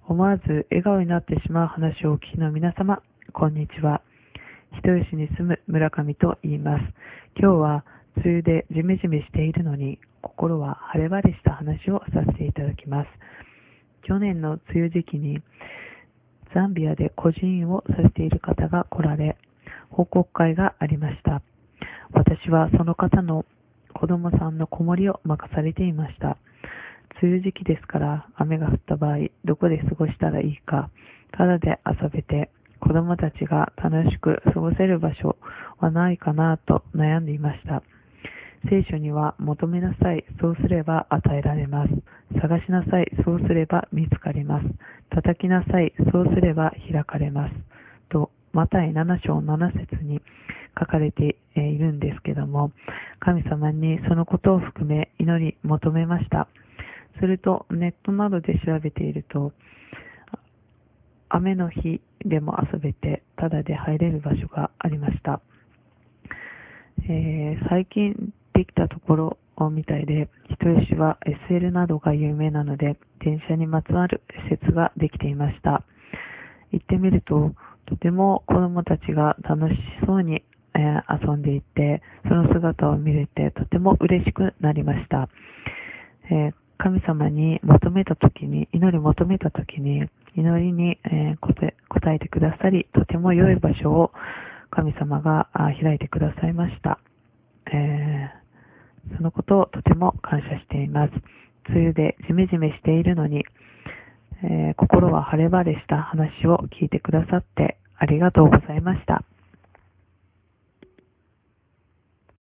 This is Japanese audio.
思わず笑顔になってしまう話をお聞きの皆様、こんにちは。人吉に住む村上と言います。今日は梅雨でジメジメしているのに、心は晴れ晴れした話をさせていただきます。去年の梅雨時期にザンビアで孤児院をさせている方が来られ、報告会がありました。私はその方の子供さんの子守りを任されていました。梅雨時期ですから雨が降った場合、どこで過ごしたらいいか、ただで遊べて子供たちが楽しく過ごせる場所はないかなと悩んでいました。聖書には求めなさい、そうすれば与えられます。探しなさい、そうすれば見つかります。叩きなさい、そうすれば開かれます。と、マタイ7章7節に書かれているんですけども、神様にそのことを含め祈り求めました。すると、ネットなどで調べていると、雨の日でも遊べて、ただで入れる場所がありました。最近できたところみたいで、人吉は SL などが有名なので、電車にまつわる施設ができていました。行ってみると、とても子供たちが楽しそうに、遊んでいて、その姿を見れてとても嬉しくなりました。神様に求めたときに、祈り求めたときに、祈りに、答えてくださり、とても良い場所を神様が開いてくださいました。そのことをとても感謝しています。梅雨でジメジメしているのに、心は晴れ晴れした話を聞いてくださってありがとうございました。